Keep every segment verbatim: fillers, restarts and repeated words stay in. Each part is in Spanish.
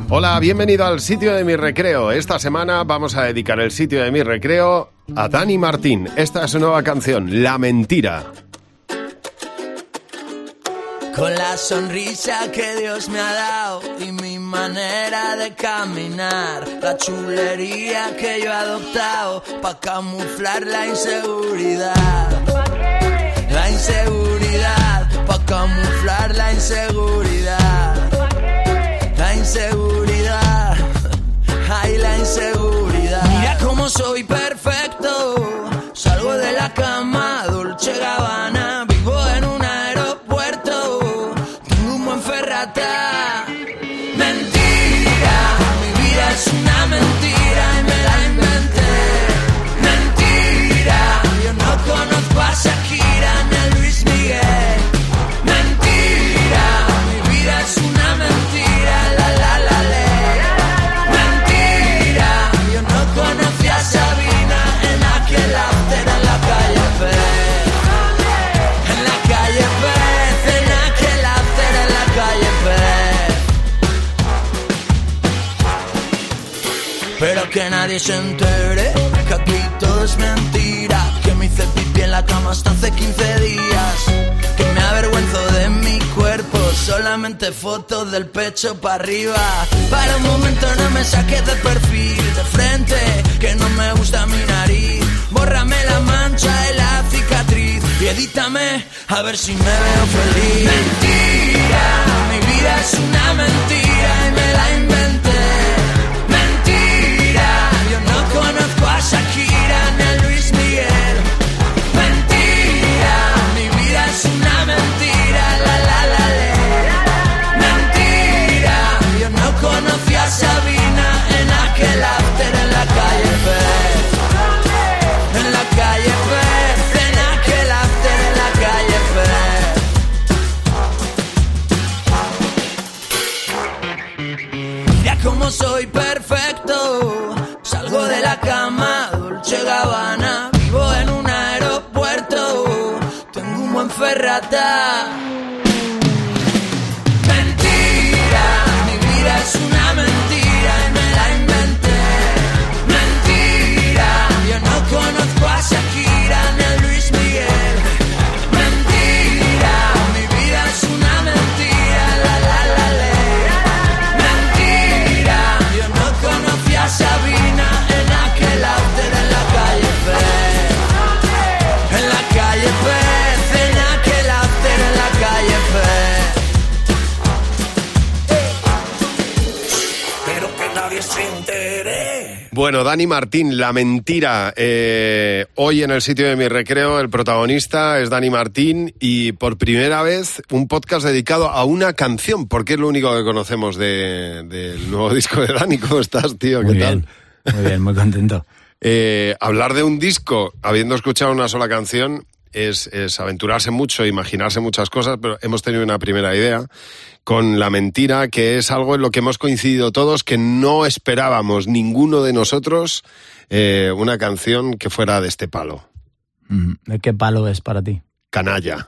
Hola, bienvenido al sitio de mi recreo. Esta semana vamos a dedicar el sitio de mi recreo a Dani Martín. Esta es su nueva canción, La Mentira. Con la sonrisa que Dios me ha dado y mi manera de caminar, la chulería que yo he adoptado pa' camuflar la inseguridad. La inseguridad, pa' camuflar la inseguridad. La inseguridad, ay la inseguridad. Mira cómo soy perfecto, salgo de la cama, Dolce Gabbana, vivo en un aeropuerto, tengo un buen Ferrata. Mentira, mi vida es una mentira y me la inventé. Mentira, yo no conozco a Shakira ni a Luis Miguel. Mentira, mi vida es una mentira, la la la la. Mentira, yo no conocí a Sabina en aquel after en la calle Pez. En la calle Pez, en aquel after en la calle Pez. Pero que nadie se entere que aquí todo es mentira, que me hice pipí en la cama hasta hace quince días, que me avergüenzo de mi cuerpo, solamente fotos del pecho para arriba. Para un momento no me saques de perfil, de frente, que no me gusta mi nariz. Bórrame la mancha y la cicatriz y edítame a ver si me veo feliz. Mentira, mi vida es una mentira y me la inventé. Mentira, yo no conozco a Shakira ni a Luis Miguel. Mentira, mi vida es una mentira, la la la la. Mentira, yo no conocí a Sabina en aquel after en la calle Pez. En la calle Pez, en aquel after en la calle Pez. Mira cómo soy perfecto, salgo de la cama, Dolce Gabbana, vivo en un aeropuerto, tengo un buen Ferrata. Mentira, mi vida es una mentira y me la inventé. Mentira, yo no conozco a Shakira ni a Luis Miguel. Mentira, mi vida es una mentira, la la la la. Mentira, yo no conocí a Sabina en aquel after en la calle Pez. En la calle Pez, en aquel after en la calle Pez. Pero que nadie se entere. Bueno, Dani Martín, La Mentira. Eh, hoy en el sitio de mi recreo el protagonista es Dani Martín y por primera vez un podcast dedicado a una canción, porque es lo único que conocemos de, del nuevo disco de Dani. ¿Cómo estás, tío? ¿Qué Muy tal? bien, muy bien, muy contento. Eh, hablar de un disco habiendo escuchado una sola canción es, es aventurarse mucho, imaginarse muchas cosas, pero hemos tenido una primera idea con La Mentira, que es algo en lo que hemos coincidido todos, que no esperábamos ninguno de nosotros eh, una canción que fuera de este palo. ¿De qué palo es para ti? Canalla.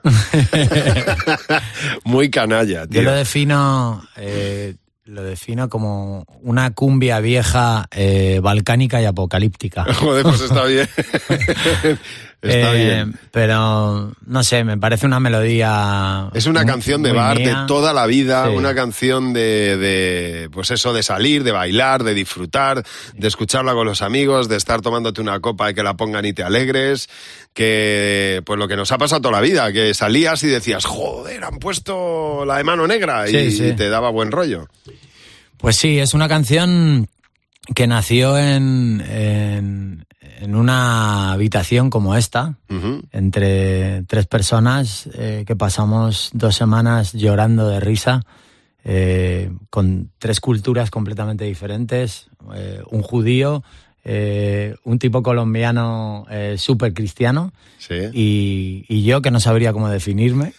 Muy canalla, tío. Yo lo defino, eh, lo defino como una cumbia vieja, eh, balcánica y apocalíptica. Joder, pues está bien. Está eh, bien. Pero, no sé, me parece una melodía... Es una muy, canción de muy bar mía. de toda la vida, Sí. una canción de, de, pues eso, de salir, de bailar, de disfrutar, de escucharla con los amigos, de estar tomándote una copa y que la pongan y te alegres, que, pues lo que nos ha pasado toda la vida, que salías y decías, joder, han puesto la de Mano Negra, y, Sí, sí. y te daba buen rollo. Pues sí, es una canción que nació en, en, en una habitación como esta, Uh-huh. entre tres personas eh, que pasamos dos semanas llorando de risa, eh, con tres culturas completamente diferentes, eh, un judío, eh, un tipo colombiano eh, súper cristiano, Sí. y, y yo que no sabría cómo definirme.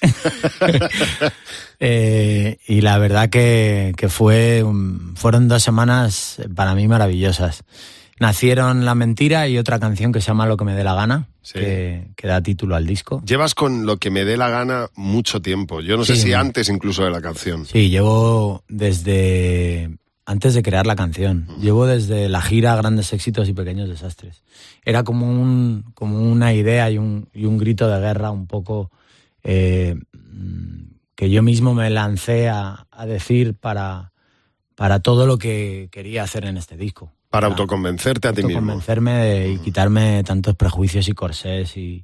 eh, y la verdad que, que fue, un- fueron dos semanas para mí maravillosas. Nacieron La Mentira y otra canción que se llama Lo que me dé la gana, Sí. que, que da título al disco. Llevas con Lo que me dé la gana mucho tiempo. Yo no sé Sí, si no. antes incluso de la canción. Sí, llevo desde antes de crear la canción. Llevo desde la gira Grandes Éxitos y Pequeños Desastres. Era como un como una idea y un, y un grito de guerra un poco eh, que yo mismo me lancé a, a decir para, para todo lo que quería hacer en este disco. Para, para autoconvencerte a ti mismo. Autoconvencerme de, y quitarme tantos prejuicios y corsés y...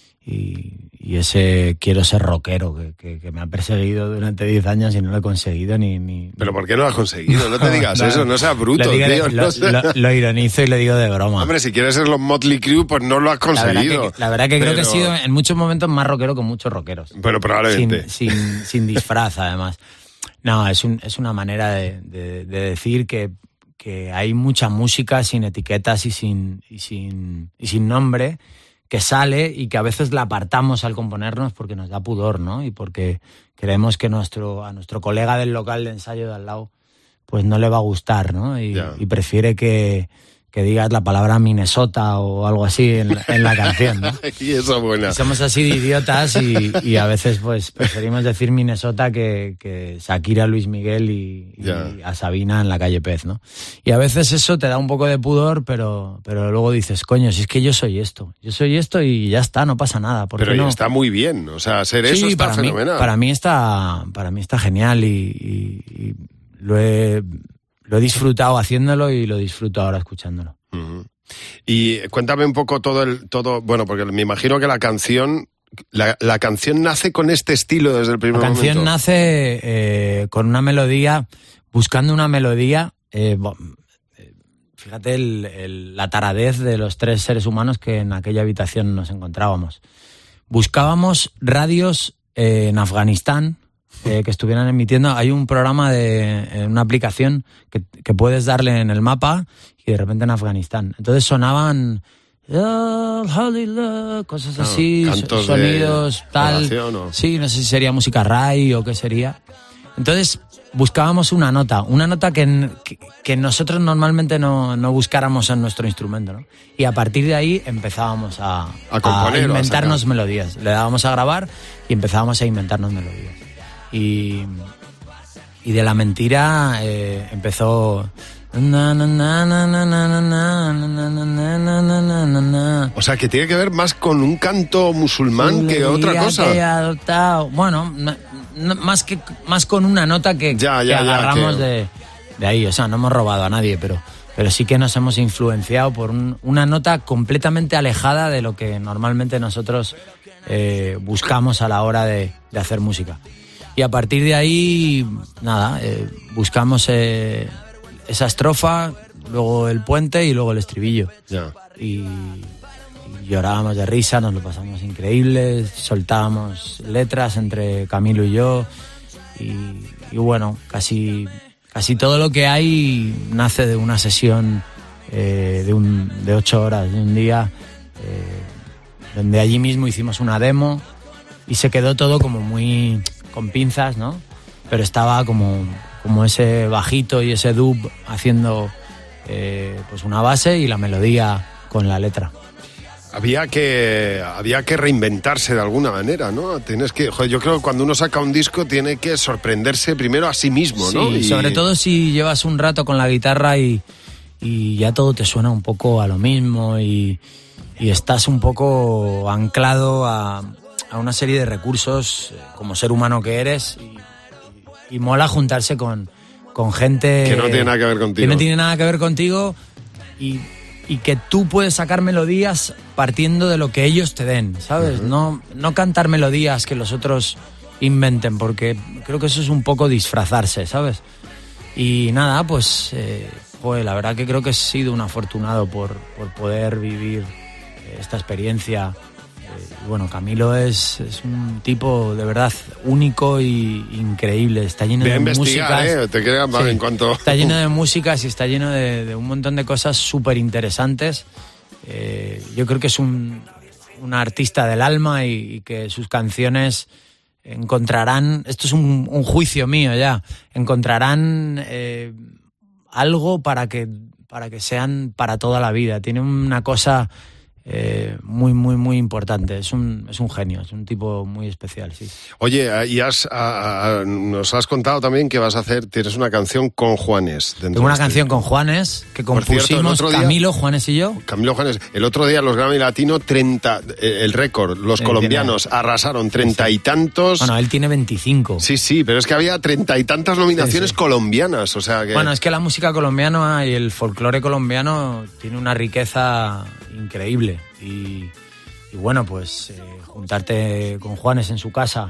Y, y ese quiero ser rockero que, que, que me ha perseguido durante diez años y no lo he conseguido ni... ni ¿Pero por qué no lo has conseguido? No te digas no, eso, no seas bruto, digo, tío. Lo, no sé. lo, lo ironizo y le digo de broma. Hombre, si quieres ser los Motley Crue, pues no lo has conseguido. La verdad que, la verdad que pero... creo que he sido en muchos momentos más rockero que muchos rockeros. Bueno, probablemente. Sin, sin, sin disfraz, además. No, es, un, es una manera de, de, de decir que, que hay mucha música sin etiquetas y sin, y sin, y sin nombre, que sale y que a veces la apartamos al componernos porque nos da pudor, ¿no? Y porque creemos que nuestro, a nuestro colega del local de ensayo de al lado pues no le va a gustar, ¿no? Y, y prefiere que, que digas la palabra Minnesota o algo así en, en la canción, ¿no? Y eso buena. Y somos así de idiotas y, y a veces pues preferimos decir Minnesota que, que Shakira, Luis Miguel y, y a Sabina en la calle Pez, ¿no? Y a veces eso te da un poco de pudor, pero, pero luego dices, coño, si es que yo soy esto, yo soy esto y ya está, no pasa nada. ¿Por pero qué no? Está muy bien, o sea, ser eso sí, está para fenomenal. Mí, para mí está, para mí está genial y, y, y lo he, lo he disfrutado haciéndolo y lo disfruto ahora escuchándolo. Uh-huh. Y cuéntame un poco todo el todo, bueno, porque me imagino que la canción la, la canción nace con este estilo desde el primer momento. La canción momento. nace eh, con una melodía, buscando una melodía, eh, fíjate el, el, la taradez de los tres seres humanos que en aquella habitación nos encontrábamos. Buscábamos radios eh, en Afganistán eh, que estuvieran emitiendo. Hay un programa de una aplicación que, que puedes darle en el mapa y de repente en Afganistán. Entonces sonaban cosas así, no, sonidos, tal. ¿O? Sí, no sé si sería música rai o qué sería. Entonces buscábamos una nota, una nota que, que, que nosotros normalmente no, no buscáramos en nuestro instrumento, ¿no? Y a partir de ahí empezábamos a, a, componer, a inventarnos a melodías. Le dábamos a grabar y empezábamos a inventarnos melodías. Y, y de la mentira eh, empezó... O sea, que tiene que ver más con un canto musulmán que otra cosa. Que he adoptado, bueno, no, más que más con una nota que, ya, ya, que agarramos ya, que... de, de ahí. O sea, no hemos robado a nadie, pero, pero sí que nos hemos influenciado por un, una nota completamente alejada de lo que normalmente nosotros eh, buscamos a la hora de, de hacer música. Y a partir de ahí, nada, eh, buscamos... Eh, esa estrofa, luego el puente y luego el estribillo. Ya. Y, y llorábamos de risa, nos lo pasamos increíble, soltábamos letras entre Camilo y yo y, y bueno, casi, casi todo lo que hay nace de una sesión eh, de, un, de ocho horas, de un día, eh, donde allí mismo hicimos una demo y se quedó todo como muy con pinzas, ¿no? Pero estaba como... como ese bajito y ese dub haciendo eh, pues una base y la melodía con la letra. Había que había que reinventarse de alguna manera, ¿no? Tienes que, joder, yo creo que cuando uno saca un disco tiene que sorprenderse primero a sí mismo, ¿no? Sí, y sobre todo si llevas un rato con la guitarra y, y ya todo te suena un poco a lo mismo y, y estás un poco anclado a, a una serie de recursos como ser humano que eres y, Y mola juntarse con, con gente... Que no tiene nada que ver contigo. Que no tiene nada que ver contigo y, y que tú puedes sacar melodías partiendo de lo que ellos te den, ¿sabes? Uh-huh. No, no cantar melodías que los otros inventen, porque creo que eso es un poco disfrazarse, ¿sabes? Y nada, pues... Eh, joder, la verdad que creo que he sido un afortunado por, por poder vivir esta experiencia. Bueno, Camilo es, es un tipo de verdad único y increíble. Está lleno Voy de músicas. ¿eh? Te quedas sí, en cuanto... Está lleno de músicas y está lleno de, de un montón de cosas súper interesantes. Eh, yo creo que es un, un artista del alma y, y que sus canciones encontrarán... Esto es un, un juicio mío ya. Encontrarán eh, algo para que, para que sean para toda la vida. Tiene una cosa... eh, muy, muy, muy importante. Es un, es un genio, es un tipo muy especial, sí. Oye, y has, a, a, nos has contado también que vas a hacer, tienes una canción con Juanes. Tengo una este canción con Juanes que compusimos cierto, día, Camilo, Juanes y yo. Camilo, Juanes. El otro día los Grammy Latino, treinta, el récord, los él colombianos tiene, arrasaron treinta sí, sí. y tantos. Bueno, él tiene veinticinco. Sí, sí, pero es que había treinta y tantas nominaciones sí, sí. colombianas, o sea que... Bueno, es que la música colombiana y el folclore colombiano tiene una riqueza increíble y, y bueno, pues eh, juntarte con Juanes en su casa,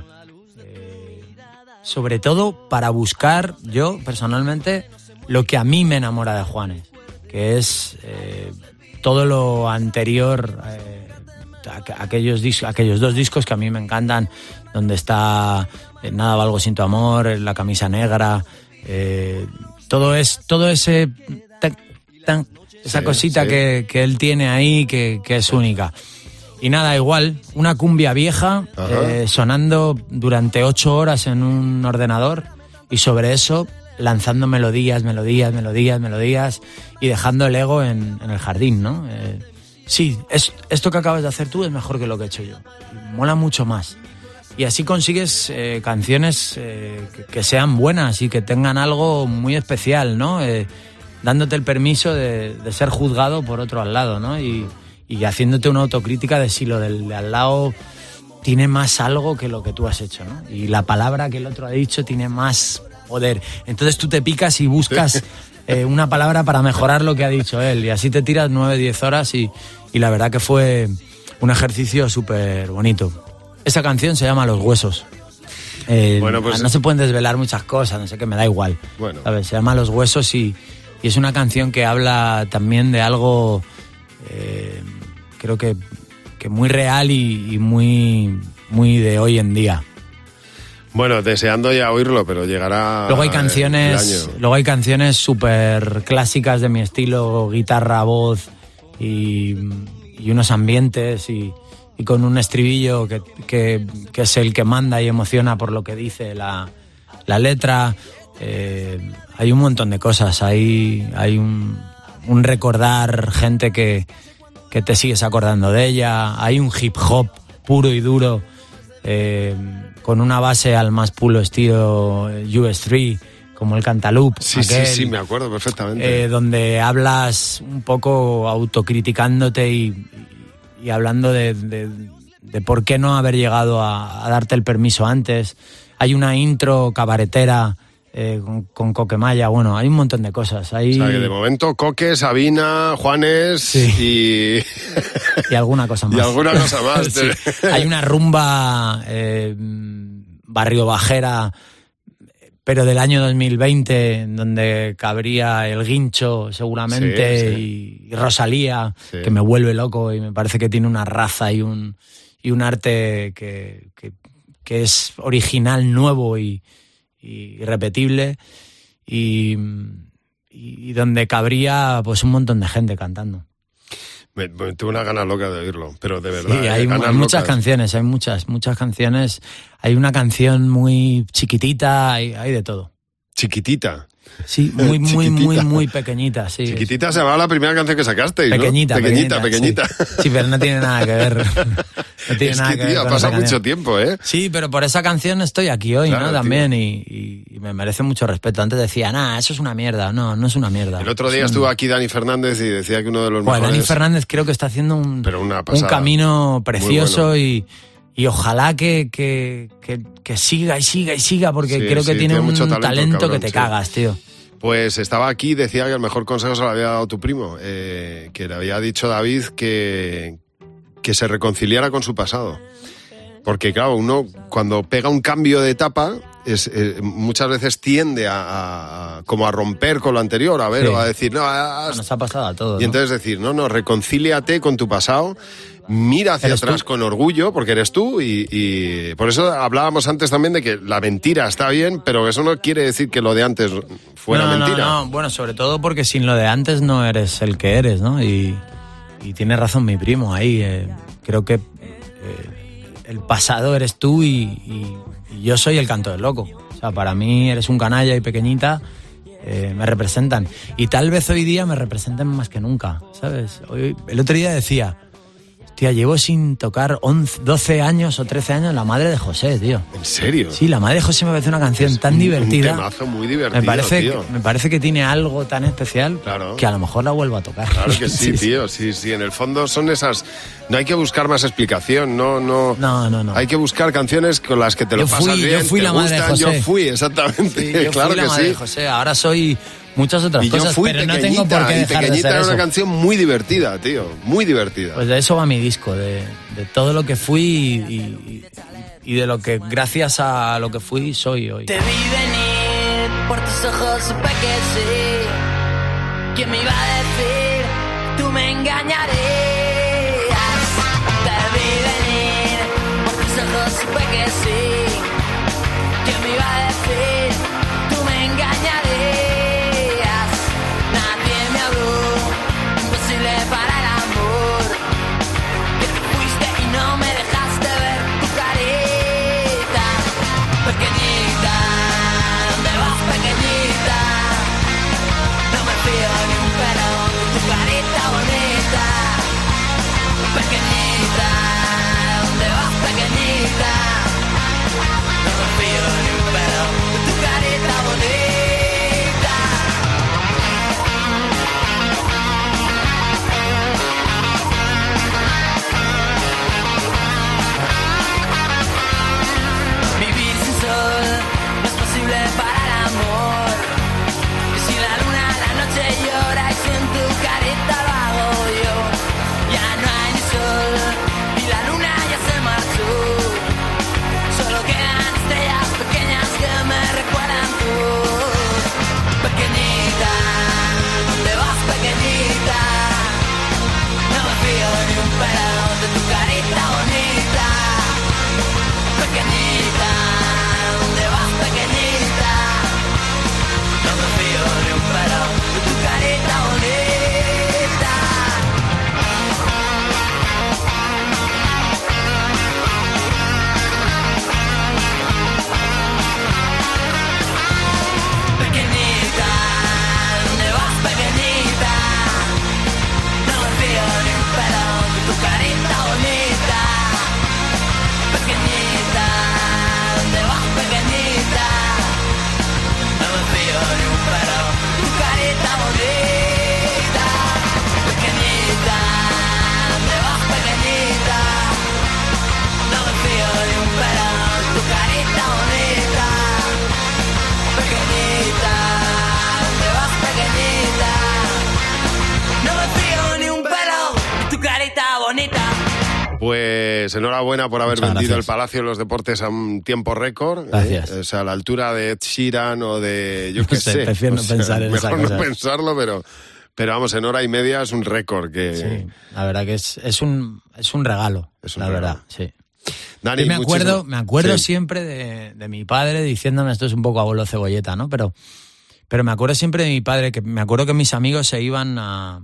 eh, sobre todo para buscar, yo personalmente, lo que a mí me enamora de Juanes, que es eh, todo lo anterior, eh, a, aquellos, dis- aquellos dos discos que a mí me encantan, donde está eh, Nada valgo sin tu amor, La camisa negra, eh, todo, es, todo ese... Tan, tan, esa sí, cosita sí. Que, que él tiene ahí que, que es única. Y nada, igual, una cumbia vieja eh, sonando durante ocho horas en un ordenador y sobre eso lanzando melodías, melodías, melodías, melodías y dejando el ego en, en el jardín, ¿no? Eh, sí, es, esto que acabas de hacer tú es mejor que lo que he hecho yo. Mola mucho más. Y así consigues eh, canciones eh, que, que sean buenas y que tengan algo muy especial, ¿no? Eh, dándote el permiso de, de ser juzgado por otro al lado, ¿no? Y, y haciéndote una autocrítica de si lo del de al lado tiene más algo que lo que tú has hecho, ¿no? Y la palabra que el otro ha dicho tiene más poder. Entonces tú te picas y buscas eh, una palabra para mejorar lo que ha dicho él. Y así te tiras nueve, diez horas y, y la verdad que fue un ejercicio súper bonito. Esa canción se llama Los Huesos. Eh, bueno, pues... No se pueden desvelar muchas cosas, no sé qué, me da igual. Bueno. ¿Sabes? Se llama Los Huesos y... Y es una canción que habla también de algo, eh, creo que, que muy real y, y muy, muy de hoy en día. Bueno, deseando ya oírlo, pero llegará. Luego hay canciones, luego hay canciones súper clásicas de mi estilo, guitarra, voz y, y unos ambientes y, y con un estribillo que, que, que es el que manda y emociona por lo que dice la, la letra. Eh, hay un montón de cosas, hay, hay un, un recordar gente que, que te sigues acordando de ella, hay un hip hop puro y duro eh, con una base al más puro estilo U S tres, como el Cantaloupe. Sí, aquel, sí, sí, me acuerdo perfectamente. Eh, donde hablas un poco autocriticándote y, y hablando de, de, de por qué no haber llegado a, a darte el permiso antes. Hay una intro cabaretera Eh, con, con Coquemaya, bueno, hay un montón de cosas. Hay... O sea, que de momento Coque, Sabina, Juanes sí. y... y alguna cosa más. Y alguna cosa más. Sí. Hay una rumba eh, barrio bajera, pero del año dos mil veinte, donde cabría El Guincho, seguramente, sí, sí. Y, y Rosalía, sí. que me vuelve loco y me parece que tiene una raza y un, y un arte que, que, que es original, nuevo y y irrepetible y, y donde cabría pues un montón de gente cantando. Me, me tuve una gana loca de oírlo, pero de verdad. Sí, hay, hay muchas locas. canciones, hay muchas, muchas canciones. Hay una canción muy chiquitita, hay, hay de todo. Chiquitita. Sí, muy, muy, muy, muy pequeñita, sí. Chiquitita se llamaba la primera canción que sacasteis, pequeñita, ¿no? Pequeñita, pequeñita. pequeñita. Sí. sí, pero no tiene nada que ver. No tiene es nada que, que ver tío, con ha pasado esa mucho tiempo, ¿eh? Sí, pero por esa canción estoy aquí hoy, claro, ¿no? También, y, y, y me merece mucho respeto. Antes decía, nah, eso es una mierda. No, no es una mierda. El otro día es estuvo un... aquí Dani Fernández y decía que uno de los bueno, mejores... Dani Fernández creo que está haciendo un, pero una un camino precioso bueno. y... Y ojalá que, que, que, que siga y siga y siga, porque sí, creo que sí, tiene, tiene un mucho talento, talento cabrón, que te sí. cagas, tío. Pues estaba aquí, decía que el mejor consejo se lo había dado tu primo, eh, que le había dicho David que, que se reconciliara con su pasado. Porque claro, uno cuando pega un cambio de etapa, es, eh, muchas veces tiende a, a como a romper con lo anterior, a ver, sí. o a decir, no, has... nos ha pasado a todos. Y entonces ¿no? decir, no, no, reconcíliate con tu pasado. Mira hacia atrás tú? Con orgullo, porque eres tú, y, y por eso hablábamos antes también de que la mentira está bien, pero eso no quiere decir que lo de antes fuera no, mentira. No, no, bueno, sobre todo porque sin lo de antes no eres el que eres, ¿no? Y, y tiene razón mi primo ahí. Eh, creo que eh, el pasado eres tú y, y, y yo soy el canto del loco. O sea, para mí eres un canalla y pequeñita, eh, me representan. Y tal vez hoy día me representen más que nunca, ¿sabes? Hoy, el otro día decía... Tía, llevo sin tocar once, doce años o trece años La Madre de José, tío. ¿En serio? Sí, La Madre de José me parece una canción es tan un, divertida. Un temazo muy divertido, me parece, tío. Me parece que tiene algo tan especial claro. que a lo mejor la vuelvo a tocar. Claro que sí, sí, tío, sí, sí. En el fondo son esas... No hay que buscar más explicación, no, no... No, no, no. Hay que buscar canciones con las que te lo yo fui, pasas bien, yo fui te la Madre gustan, de José. Yo fui, exactamente, sí, yo claro fui la que Madre sí. de José, ahora soy... Muchas otras y yo cosas, fui pero no tengo por qué dejar y de ser Pequeñita era eso. una canción muy divertida, tío, muy divertida. Pues de eso va mi disco, de, de todo lo que fui y, y, y de lo que gracias a lo que fui soy hoy. Te vi venir, por tus ojos supe que sí. ¿Quién me iba a decir? Tú me engañarías. Te vi venir, por tus ojos supe que sí. ¿Quién me iba a decir? Tú me engañarías. Para el amor, que te fuiste y no me dejaste ver tu carita. Pequeñita, ¿dónde vas, pequeñita? No me fío ni un pelo de tu carita bonita. Pequeñita, ¿dónde vas, pequeñita? No me fío ni un pelo de tu carita bonita. No es posible para el amor. Y si la luna a la noche llora y si en tu carita lo hago yo, ya no hay ni sol y la luna ya se marchó. Solo quedan estrellas pequeñas que me recuerdan tú. Pequeñita, ¿dónde vas, pequeñita? No me fío ni un pelo de tu carita bonita. Pequeñita, pequeñita, no me fío ni un pelo de tu carita bonita. Pequeñita, ¿dónde vas, pequeñita? No me fío ni un pelo de tu carita bonita. Pequeñita, ¿dónde vas, pequeñita? No me fío ni un pelo, tu carita bonita. Pequeñita, ¿dónde vas, pequeñita? No me fío ni un pelo, tu carita bonita. Pequeñita, ¿dónde vas, pequeñita? No me fío ni un pelo, tu carita bonita. Pues enhorabuena por haber Muchas vendido gracias. el Palacio de los Deportes a un tiempo récord. Gracias. Eh, o sea, a la altura de Ed Sheeran o de... Yo qué No sé, sé. prefiero no o sea, pensar en esa mejor no cosa. pensarlo, pero... Pero vamos, en hora y media es un récord que... Sí, la verdad que es, es, un, es un regalo, Es un la regalo. verdad, sí. Dani, Y me acuerdo, muchísimo- me acuerdo sí. siempre de, de mi padre diciéndome, esto es un poco abuelo cebolleta, ¿no? Pero, pero me acuerdo siempre de mi padre, que me acuerdo que mis amigos se iban a,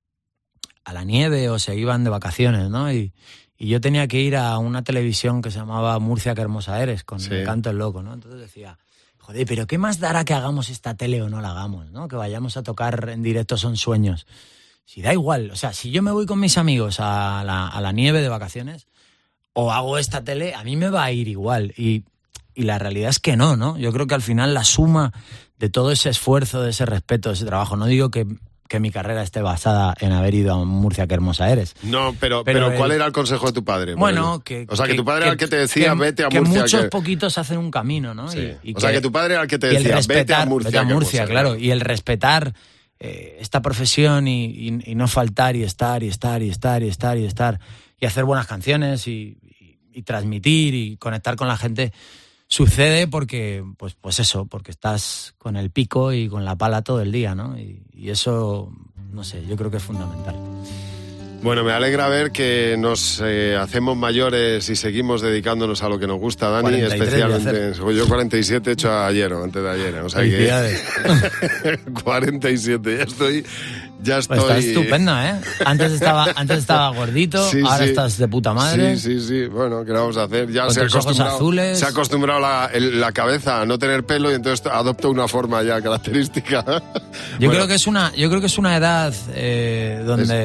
a la nieve o se iban de vacaciones, ¿no? Y, y yo tenía que ir a una televisión que se llamaba Murcia, qué hermosa eres, con Sí. el Canto el Loco, ¿no? Entonces decía, joder, pero ¿qué más dará que hagamos esta tele o no la hagamos, ¿no? Que vayamos a tocar en directo son sueños. Si da igual, o sea, si yo me voy con mis amigos a la, a la nieve de vacaciones o hago esta tele, a mí me va a ir igual. Y, y la realidad es que no, ¿no? Yo creo que al final la suma de todo ese esfuerzo, de ese respeto, de ese trabajo, no digo que, que mi carrera esté basada en haber ido a Murcia, qué hermosa eres. No, pero, Pero pero, el- ¿cuál era el consejo de tu padre? Bueno, Porque- que... O sea, que, tu padre era el que te decía, que- vete a que Murcia. muchos que- poquitos hacen un camino, ¿no? Sí. Y, y o sea, que tu padre era el que te y el decía, respetar, vete a Murcia. vete a que Murcia, hermosa claro. eres. Y el respetar eh, esta profesión y, y- y no faltar y estar y estar y estar y estar y estar y hacer buenas canciones y, y- y transmitir y conectar con la gente sucede porque, pues, pues eso, porque estás con el pico y con la pala todo el día, ¿no? Y, y eso, no sé, yo creo que es fundamental. Bueno, me alegra ver que nos eh, hacemos mayores y seguimos dedicándonos a lo que nos gusta, Dani, cuarenta y tres especialmente. Yo cuarenta y siete he hecho ayer o antes de ayer, o sea Felicidades. que cuarenta y siete, ya estoy, ya estoy. Pues estás estupenda, ¿eh? Antes estaba, antes estaba gordito, Sí, ahora sí. estás de puta madre. Sí, sí, sí. Bueno, ¿qué le vamos a hacer? Ya Con se ha tus ojos acostumbrado, azules. se ha acostumbrado la, el- la cabeza a no tener pelo y entonces adopta una forma ya característica. Yo Bueno, creo que es una, yo creo que es una edad eh, donde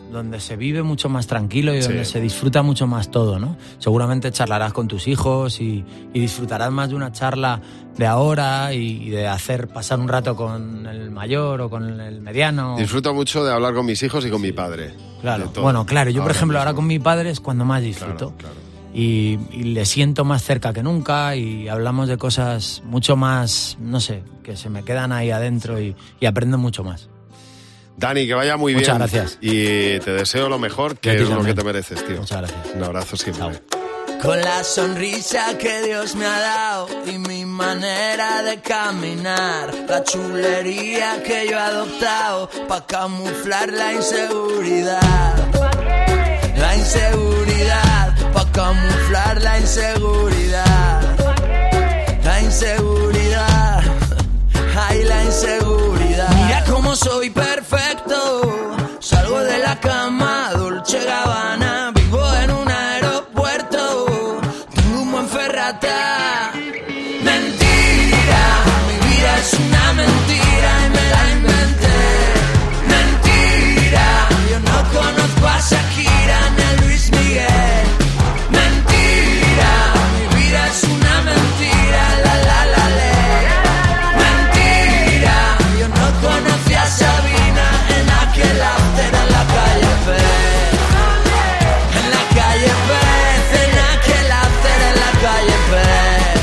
donde se vive mucho más tranquilo y donde Sí. se disfruta mucho más todo, ¿no? Seguramente charlarás con tus hijos y, y disfrutarás más de una charla de ahora y, y de hacer pasar un rato con el mayor o con el mediano. Disfruto mucho de hablar con mis hijos y con mi padre. Claro, de todo. bueno, claro, yo por Ahora ejemplo mismo. ahora con mi padre es cuando más disfruto. Claro, claro. Y, y le siento más cerca que nunca y hablamos de cosas mucho más, no sé, que se me quedan ahí adentro y, y aprendo mucho más. Dani, que vaya muy Muchas bien. gracias. Y te deseo lo mejor, Y a que ti es lo también. que te mereces, tío. Muchas gracias. Un abrazo siempre. Chao. Con la sonrisa que Dios me ha dado y mi manera de caminar, la chulería que yo he adoptado pa' camuflar la inseguridad. La inseguridad, pa' camuflar la inseguridad. La inseguridad, ay la inseguridad. Mira cómo soy perfecto, salgo de la cama, Dolce Gabbana, vivo en un aeropuerto, tengo un buen Ferrata. Mentira, mi vida es una mentira y me la inventé. Mentira, yo no conozco a Shakira ni a Luis Miguel. Mentira, mi vida es una mentira, la la la ley. Mentira, yo no conocí a Sabina en aquel after en la calle Pez. En la calle Pez, en aquel after en la calle Pez.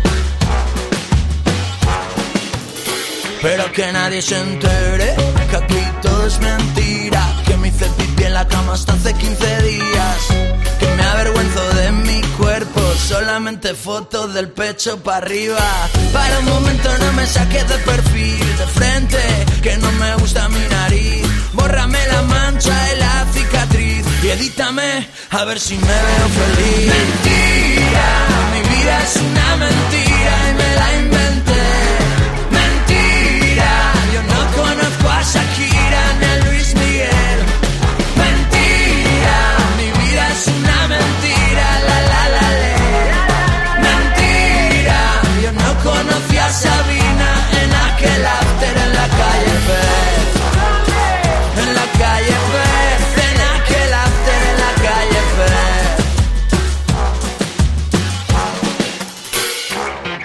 Pero que nadie se entere que aquí todo es mentira, que me hice pipí en la cama hasta hace quince días, que me avergüenzo de mi cuerpo, solamente fotos del pecho para arriba. Para un momento no me saques de perfil, de frente, que no me gusta mi nariz. Bórrame la mancha y la cicatriz y edítame a ver si me veo feliz. Mentira, mi vida es una mentira y me la inventé. Mentira, yo no conozco a Shakira ni a Luis Miguel. Mentira, mi vida es una mentira, la la la ley. Mentira, yo no conocí a Sabina en aquel after en la calle Pez. En la calle Pez, en aquel after en la calle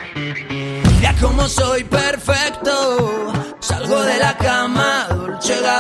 Pez. Mira cómo soy perfecto, salgo de la cama, Dolce Gabbana.